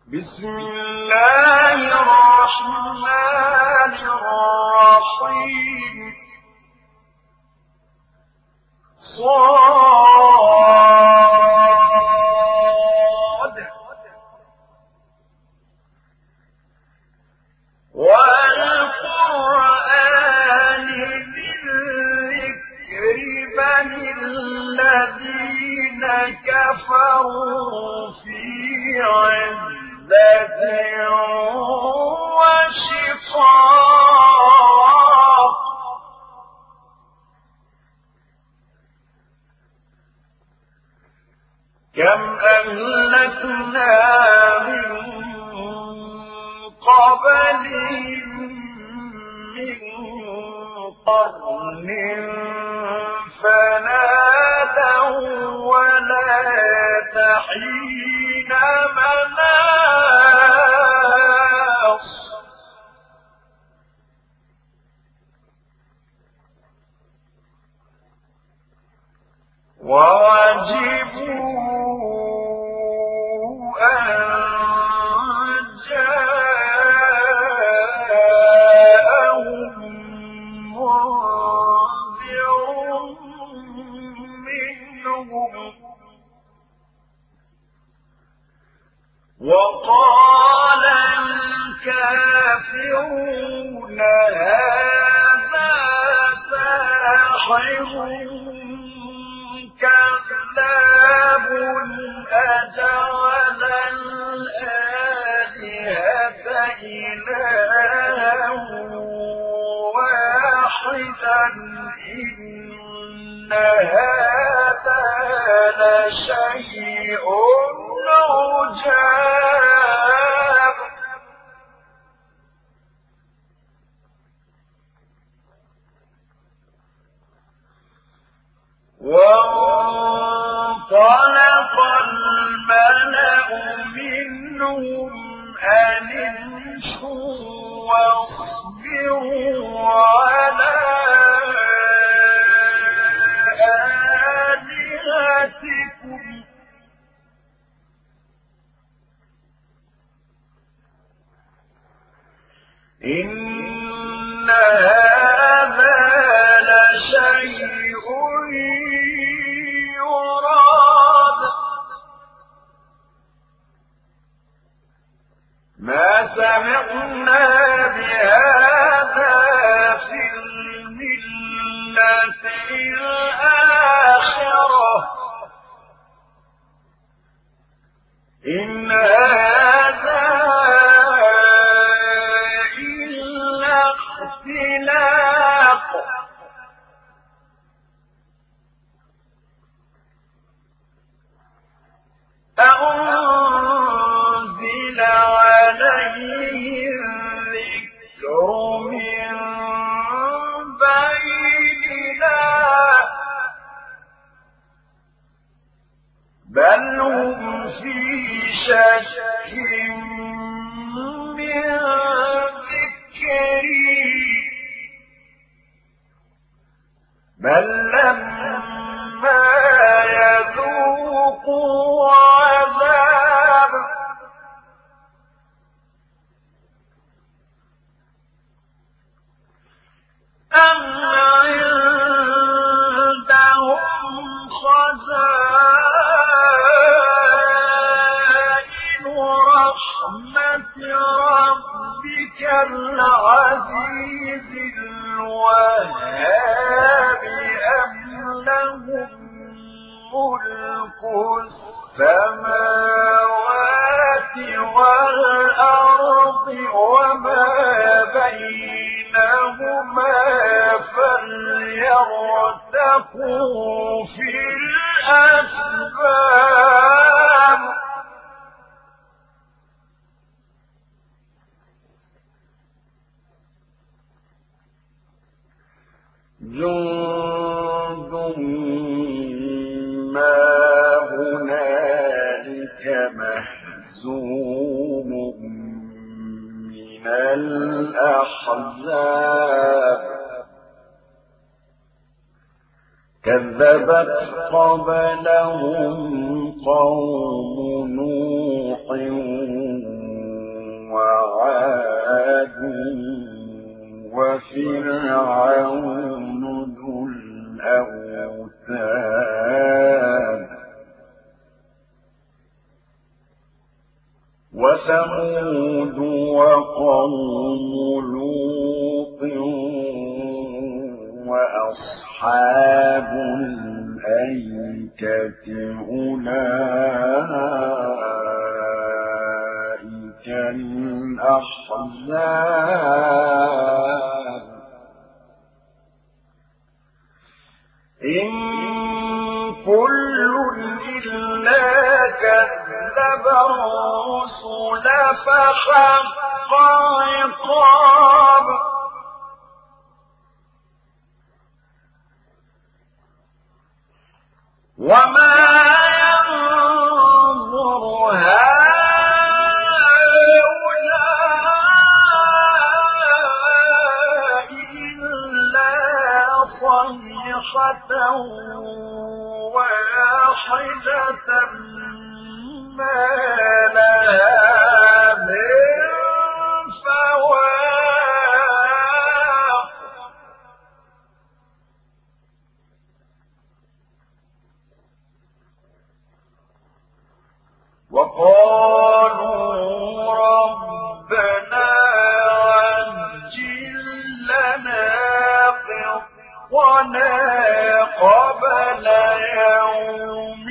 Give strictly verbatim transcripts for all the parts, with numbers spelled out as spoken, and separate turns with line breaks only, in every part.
بسم الله الرحمن الرحيم صاد والقرآن ذي الذكر بل الذين كفروا في عزة وشقاق كم أهلكنا من قبلهم من قرن فنادوا ولا تحين مناص ووجبوا أن جاءهم منذر منهم وقال الكافرون هذا ساحر كذاب أجعل الآلهة إلها واحدا إن هذا لشيء عجاب وانطلق الملأ منهم أن امشوا واصبروا على آلهتكم إن هذا لشيء يراد ما سمعنا بهذا في الملة الآخرة إن هذا إلا اختلاق أنزل عليه الذكر من بيننا بل هم في شك من ذكري بل لما يذوقوا عذاب أم عندهم خزائن رحمة ربك العزيز الوهاب أم لهم ملك السماوات والأرض وما بينهما فليرتقوا في الأسباب جند ما هنالك مهزوم من الأحزاب كذبت قبلهم قوم نوح وفرعون ذو الأوتاد وثمود وقوم لوط وأصحاب الأيكة أولئك الأحزاب إن كل إلا كذب الرسل فحق عقاب وما ينظر هؤلاء إلا صيحة واحدة ما لها من فواق وقالوا ربنا عجل لنا قطنا قبل يوم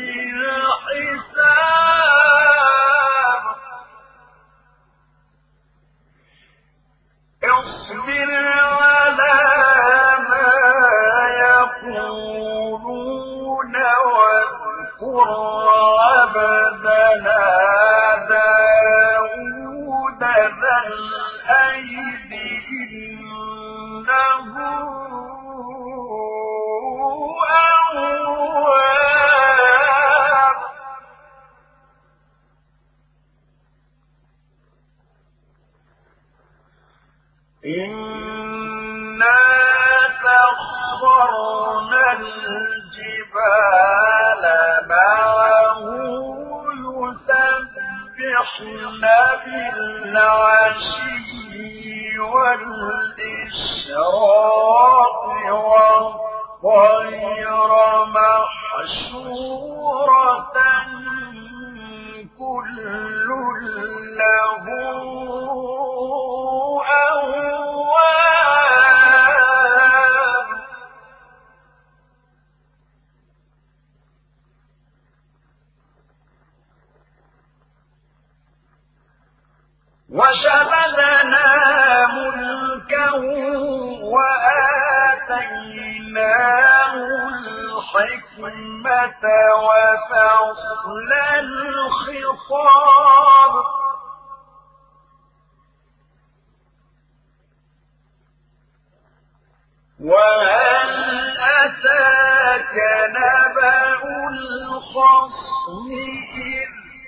الحساب اصبر على ما يقولون واذكر عبدنا داود ذا الأيد إنه أواب إنا سخرنا الجبال معه يسبحن بالعشي والإشراق والطير محشورة كل له أواب وشددنا ملكه وآتيناه الحكمة وفصل الخطاب وهل أتاك نبأ الخصم إذ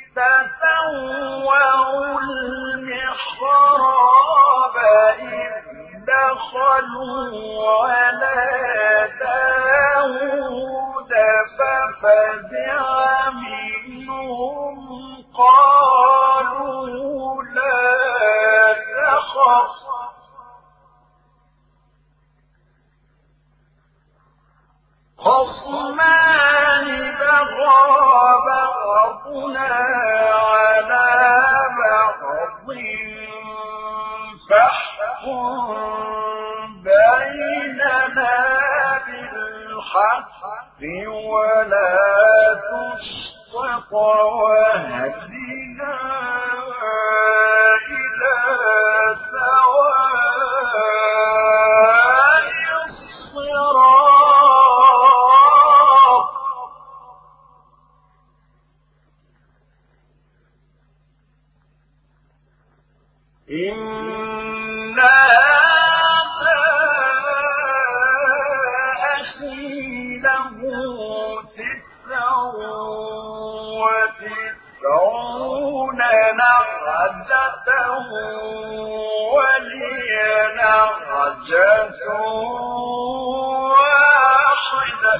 تسووا المحراب إذ دخلوا على داود ففزع منهم قالوا لا تخف خصمان بغى بعضنا على بعض فاحكم بيننا بالحق ولا تشطط واهدنا إلى سواء الصراط إن هذا أخي له تسع وتسعون نعجة ولي نعجة واحدة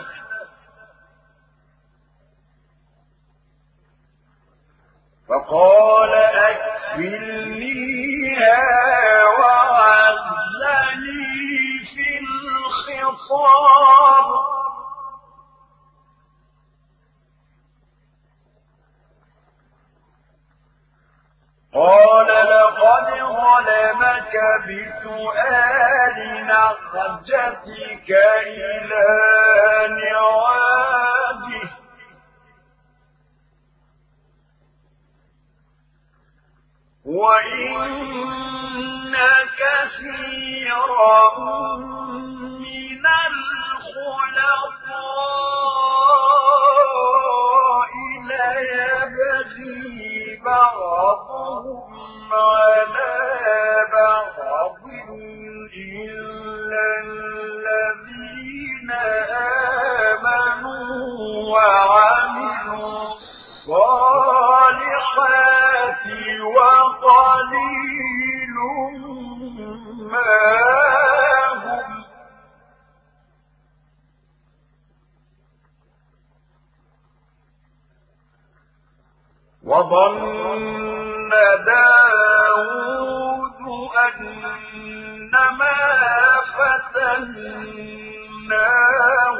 فقال أكفلنيها وعزني قال لقد ظلمك بسؤال نعجتك إلى نعاجه وإن كثيرا من الخلطاء ليبغي بعضهم على بعض إلا الذين آمنوا وعملوا الصالحات وقليل ما هم وظن داود أنما فتناه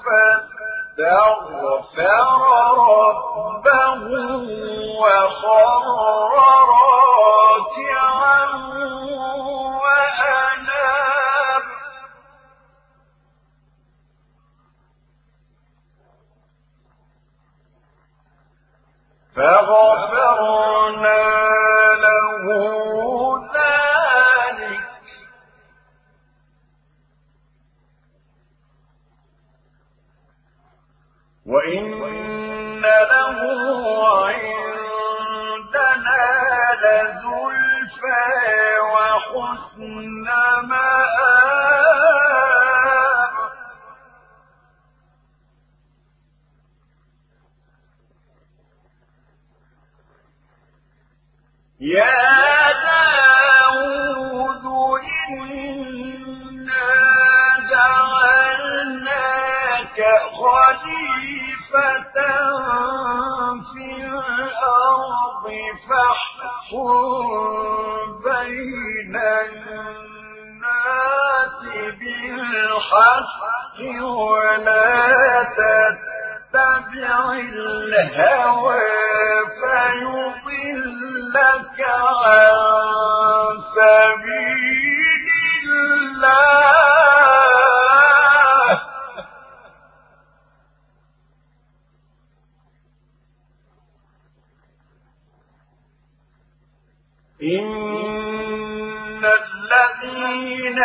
فاستغفر ربه وخر راكعا وأناب فغفرنا له ذلك وإن له عندنا لزلفى وحسن مآب يا داود إنا جعلناك خليفة في الأرض فاحكم بين الناس بالحق ولا تتبع الهوى فيضلك عن سبيل الله إن الذين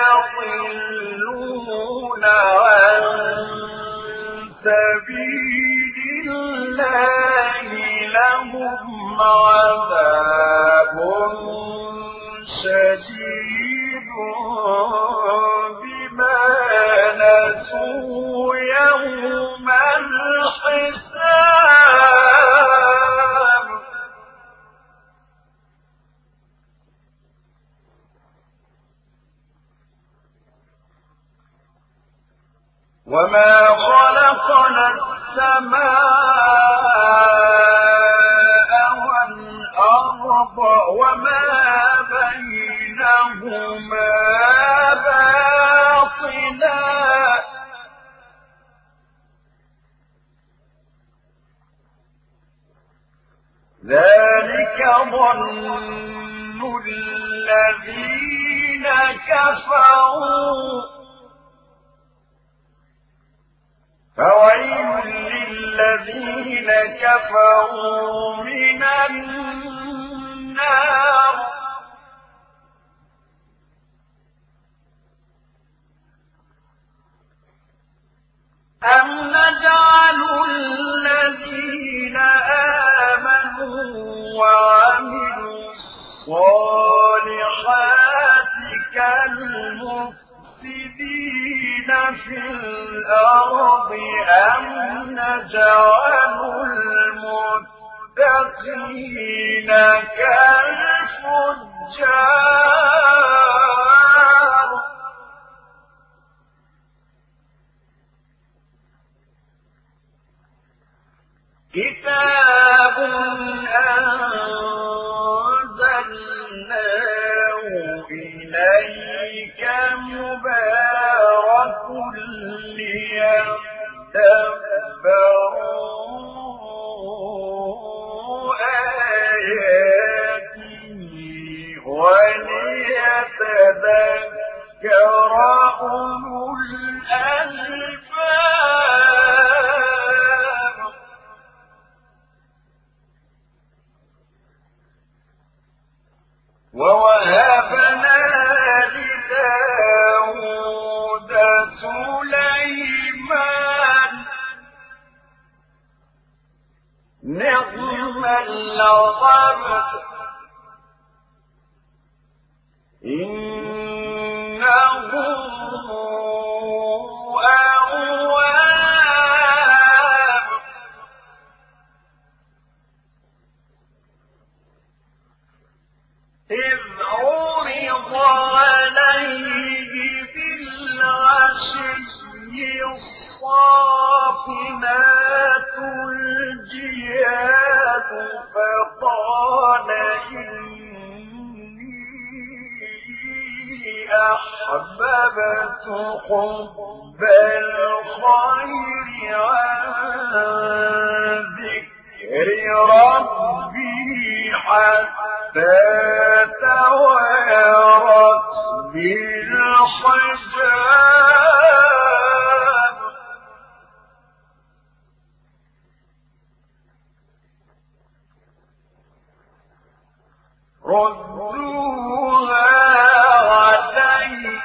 يضلون عن سبيل الله لهم عذاب شديد بما نسوا يوم الحساب وما خلقنا السماء والأرض وما بينهما باطلا ذلك ظن الذين كفروا فويل للذين كفروا من النار أم نجعل الذين آمنوا وعملوا الصالحات كالمفسدين في الأرض أم نجعل المتقين كالفجار كتاب أنزلناه إليك مبارك ليدبروا آياته ليذكر أولو الألباب ووهبنا لداود سليمان نعم العبد إنه أواب إذ عرض عليه بالعشي الصافنات الجياد فقال إني أحببت حب الخير عن ذكر ربي حتى توارت بالحجاب ردوها علي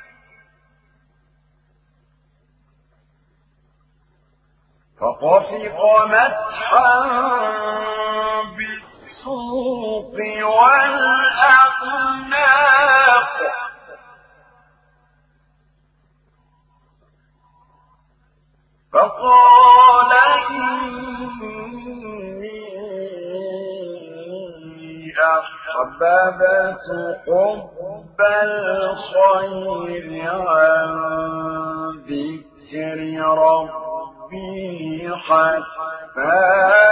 فطفق مسحا بالسوق والأعناق فقال إني أحببت حب الخير عن ذكر ربي حتى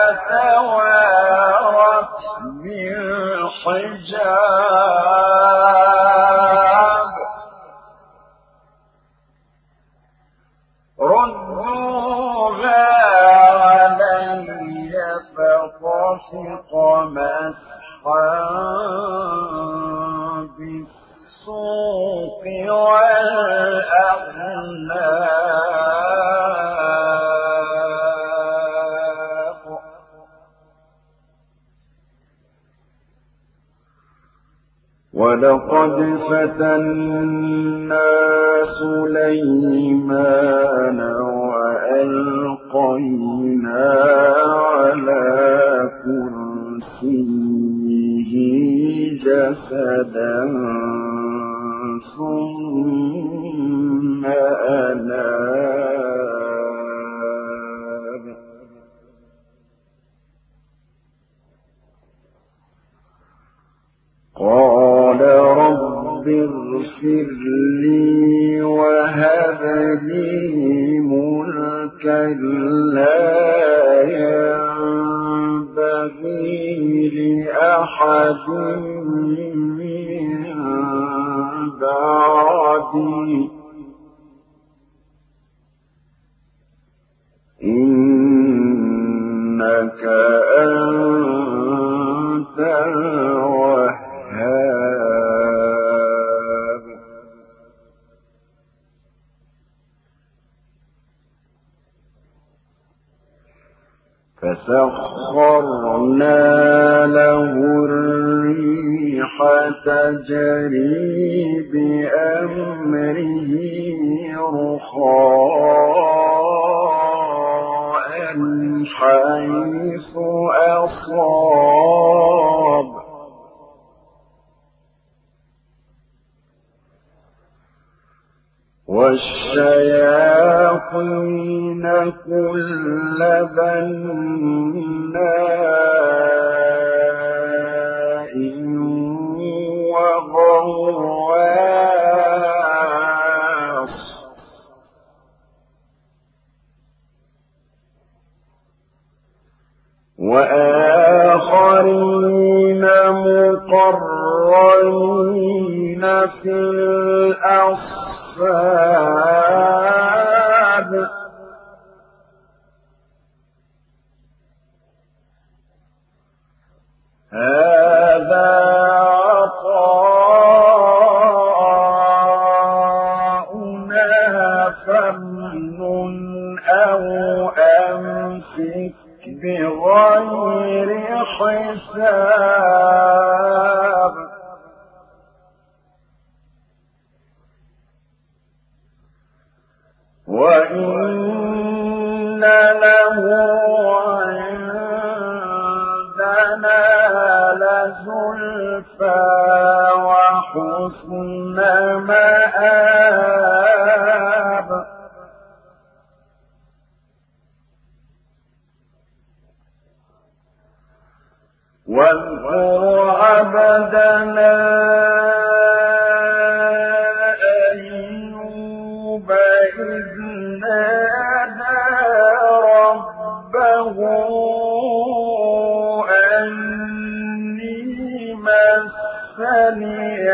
توارت بالحجاب ردوها علي فطفق مسحا بالسوق والأعناق ولقد فتنا سليمان وألقينا على كرسيه جسدا ثم أناب قال رب اغفر لي وهب لي ملكا لا ينبغي لأحد من بعدي إنك أنت الوهاب فسخرنا له الريح تجري بأمره رخاء حيث أصاب والشياطين كل بناء وغواص وآخرين مقرنين في الأصفاد هذا عطاؤنا حساب وإن له عندنا لزلفى وحسن مآب واذكر عبدنا أيوب إذ نادى ربه أني مسني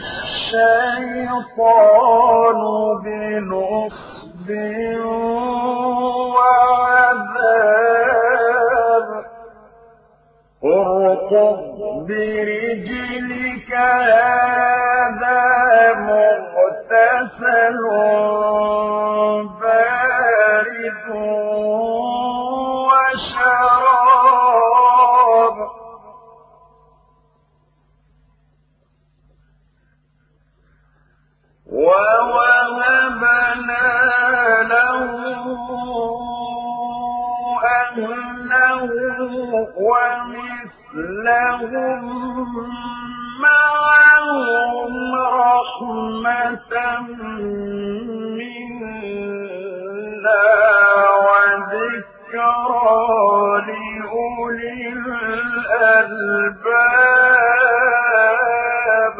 الشيطان بنصب وعذاب اركض برجلك هذا مغتسل بارد وشراب ووهبنا له أهله ومثلهم معهم رحمة منا وذكرى لأولي الألباب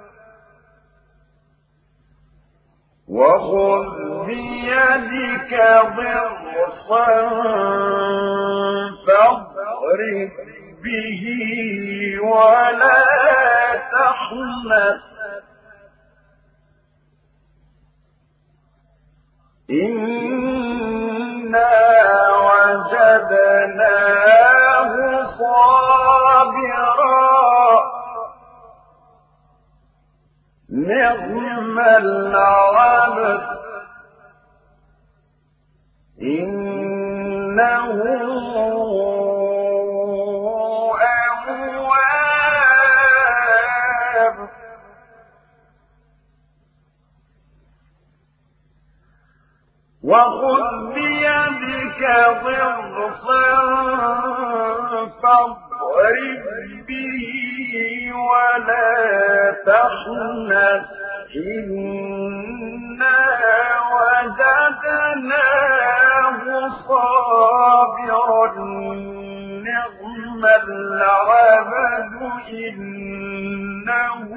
وخذ بيدك ضغصا فاضرب به ولا تحنث إنا وجدناه صابرا نعم العبد إنه أواب وخذ بيدك ضغصا فاضرب به ولا تحنث إنا وجدناه صابرا نعم العبد إنه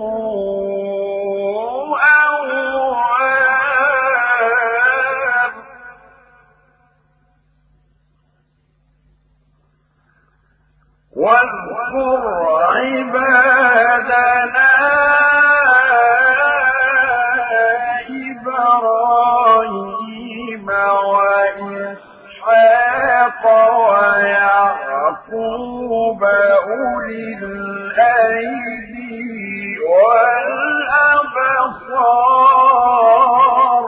أواب واذكر عبادنا إبراهيم وإسحاق ويعقوب أولي الأيدي والأبصار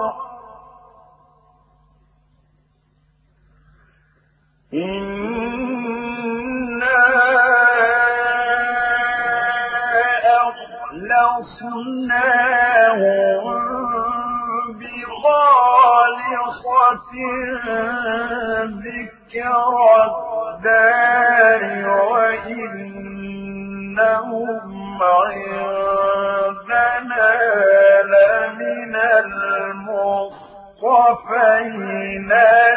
أخلصناهم بخالصة ذكر الدار وإنهم عندنا لمن المصطفين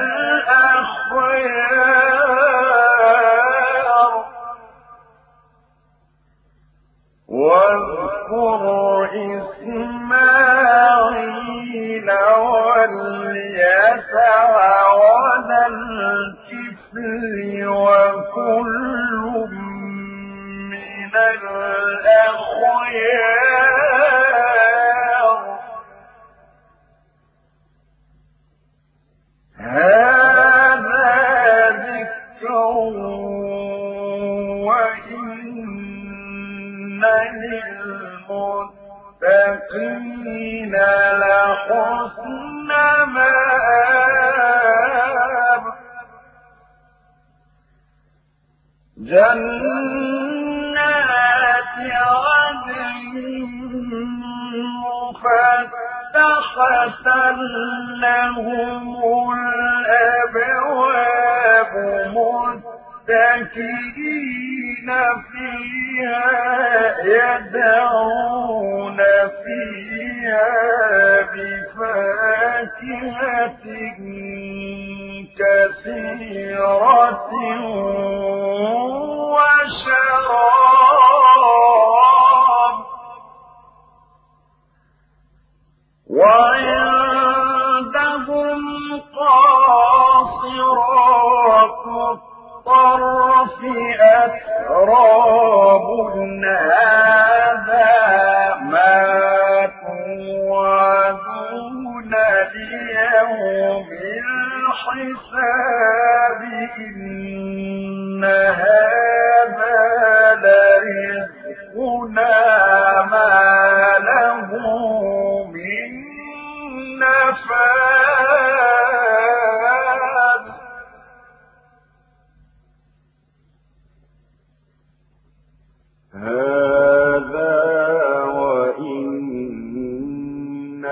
الأخيار واذكر إسماعيل واليسع وذا الكفل وكل من الأخيار هذا ذكر وإن للمتقين لحسن مآب جنات عدن مفتحة لهم الأبواب متكئين فيها يدعون فيها بفاكهة كثيرة وشراب وعندهم قاصرات الطرف أتراب هذا ما توعدون ليوم الحساب إن هذا لرزقنا ما له من نفاد هذا وإن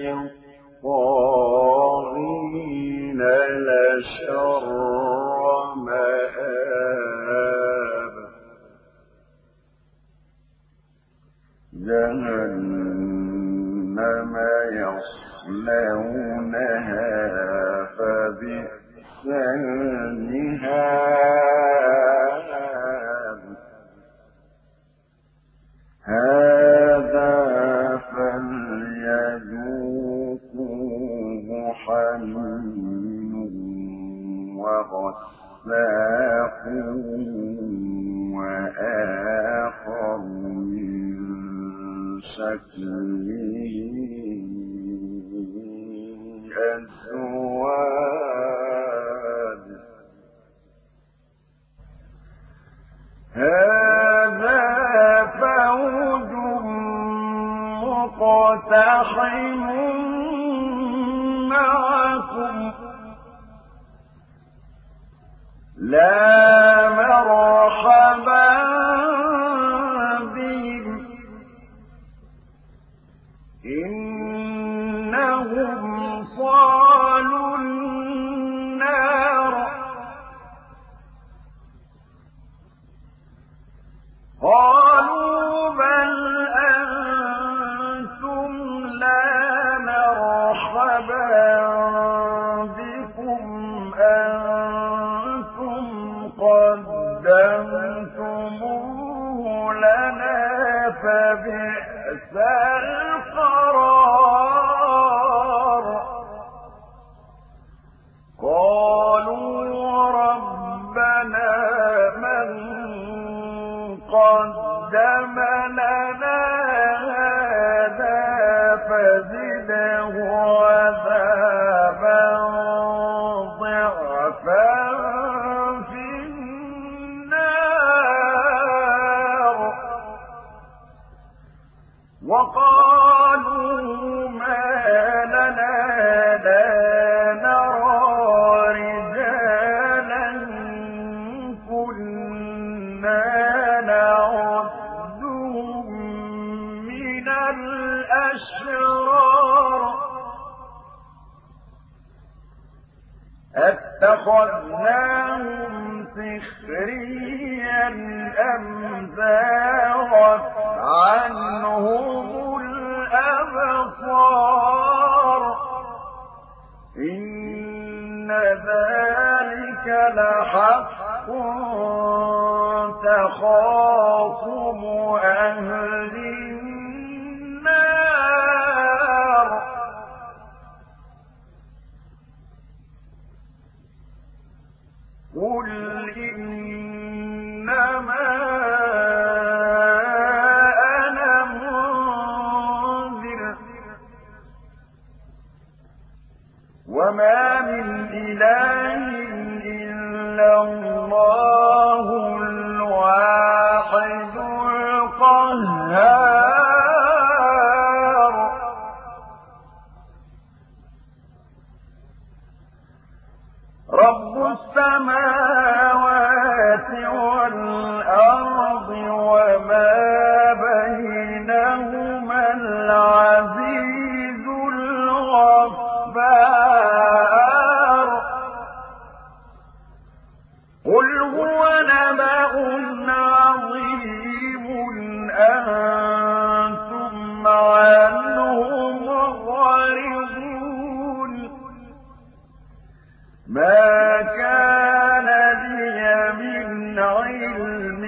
للطاغين لشر مآب جهنم يصلونها فبئس المهاد هذا فليذوقوه حميم وغساق وآخر من شكله أزواج هذا فوج مقتحم معكم لا مرحبا بهم إنهم صالوا النار قالوا بل أنتم لا مرحبا بكم أنتم قدمتموه لنا فبئس القرار قالوا ربنا من قدم لنا هذا فزده عذابا ضعفا في النار وقالوا ما لنا لا نرى رجالا كنا نعدهم من الأشرار أتخذناهم سخريا أم زاغت عنهم الأبصار إن ذلك لحق تخاصم أهل النار قل إنما أنا منذر وما من إله إلا الله الواحد القهار رب السماوات والأرض أنتم عنه معرضون ما كان لي من علم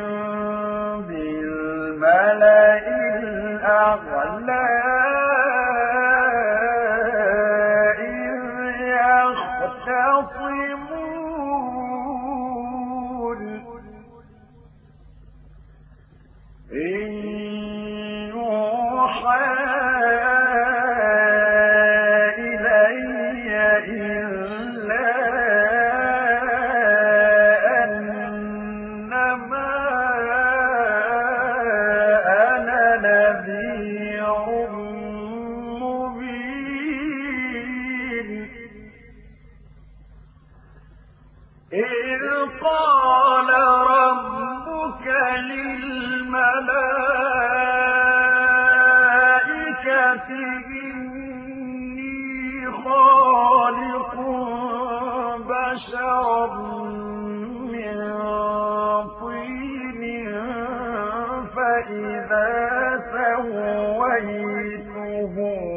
بالملأ الأعلى إذ يختصمون إن يوحى إلي إلا أنما أنا نذير مبين إذ قال ربك للملائكة إني خالق بشرا من طين فإذا سويته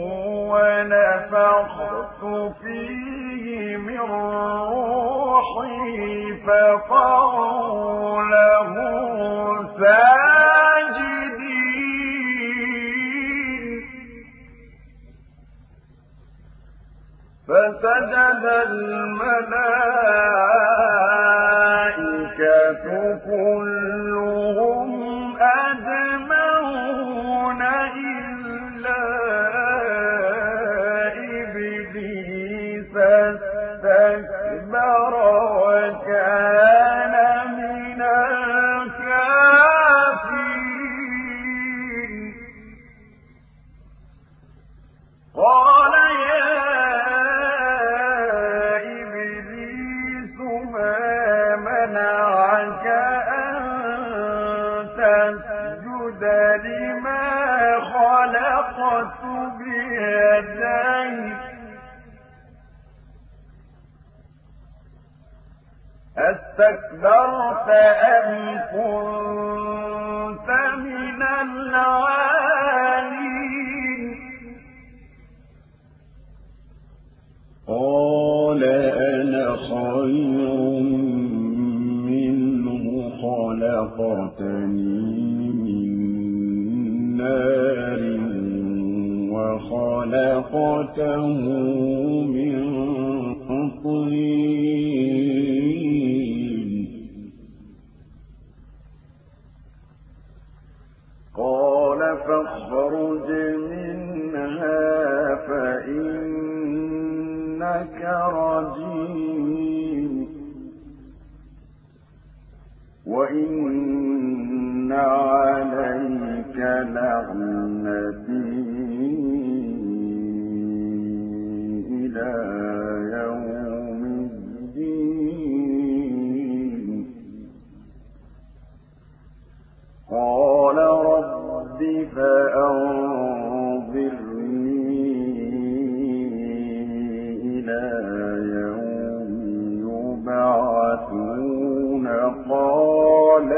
ونفخت فيه من روحي فقعوا له ساجدين فسجد الملائكة كلهم أجمعون إلا إبليس استكبر وكان من الكافرين قال يا إبليس ما منعك أن تسجد لما خلقت بيدي أستكبرت أم كنت من العالين
قال أنا خير منه خلقتني من نار وخلقته من طين قال فاخرج منها فإنك رجيم وإن عليك لعنتي إلى يوم الدين قال رب فأنظرني إلى يوم يبعثون قال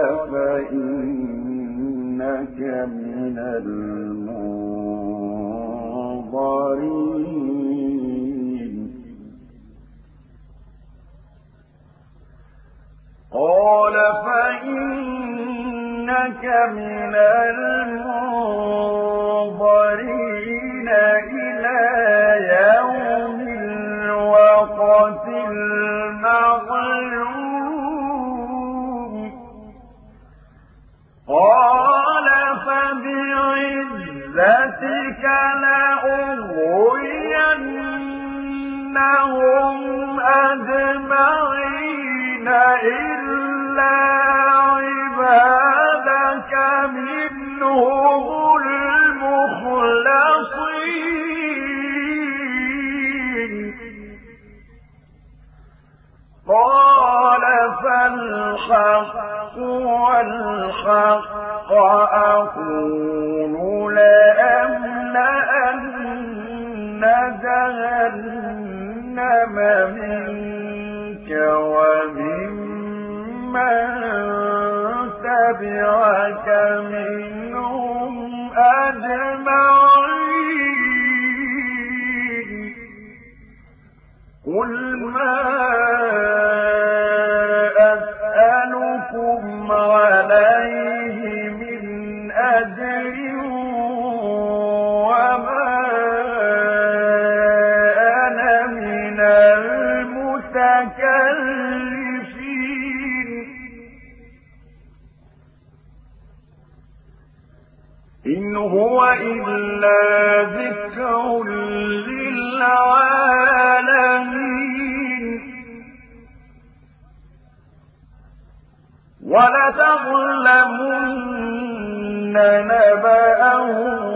فإنك من المنظرين قال فإنك من المنظرين إلى يوم الوقت المعلوم قال فبعزتك لأغوينهم أجمعين إلا عبادك منهم المخلصين قال فالحق والحق أقول لأملأن جهنم منك وممن تبعك منهم
أجمعين قل ما أسألكم عليه من أجر وما أنا من المتكلفين إن هو إلا ذكر للعالمين ولتعلمن نبأه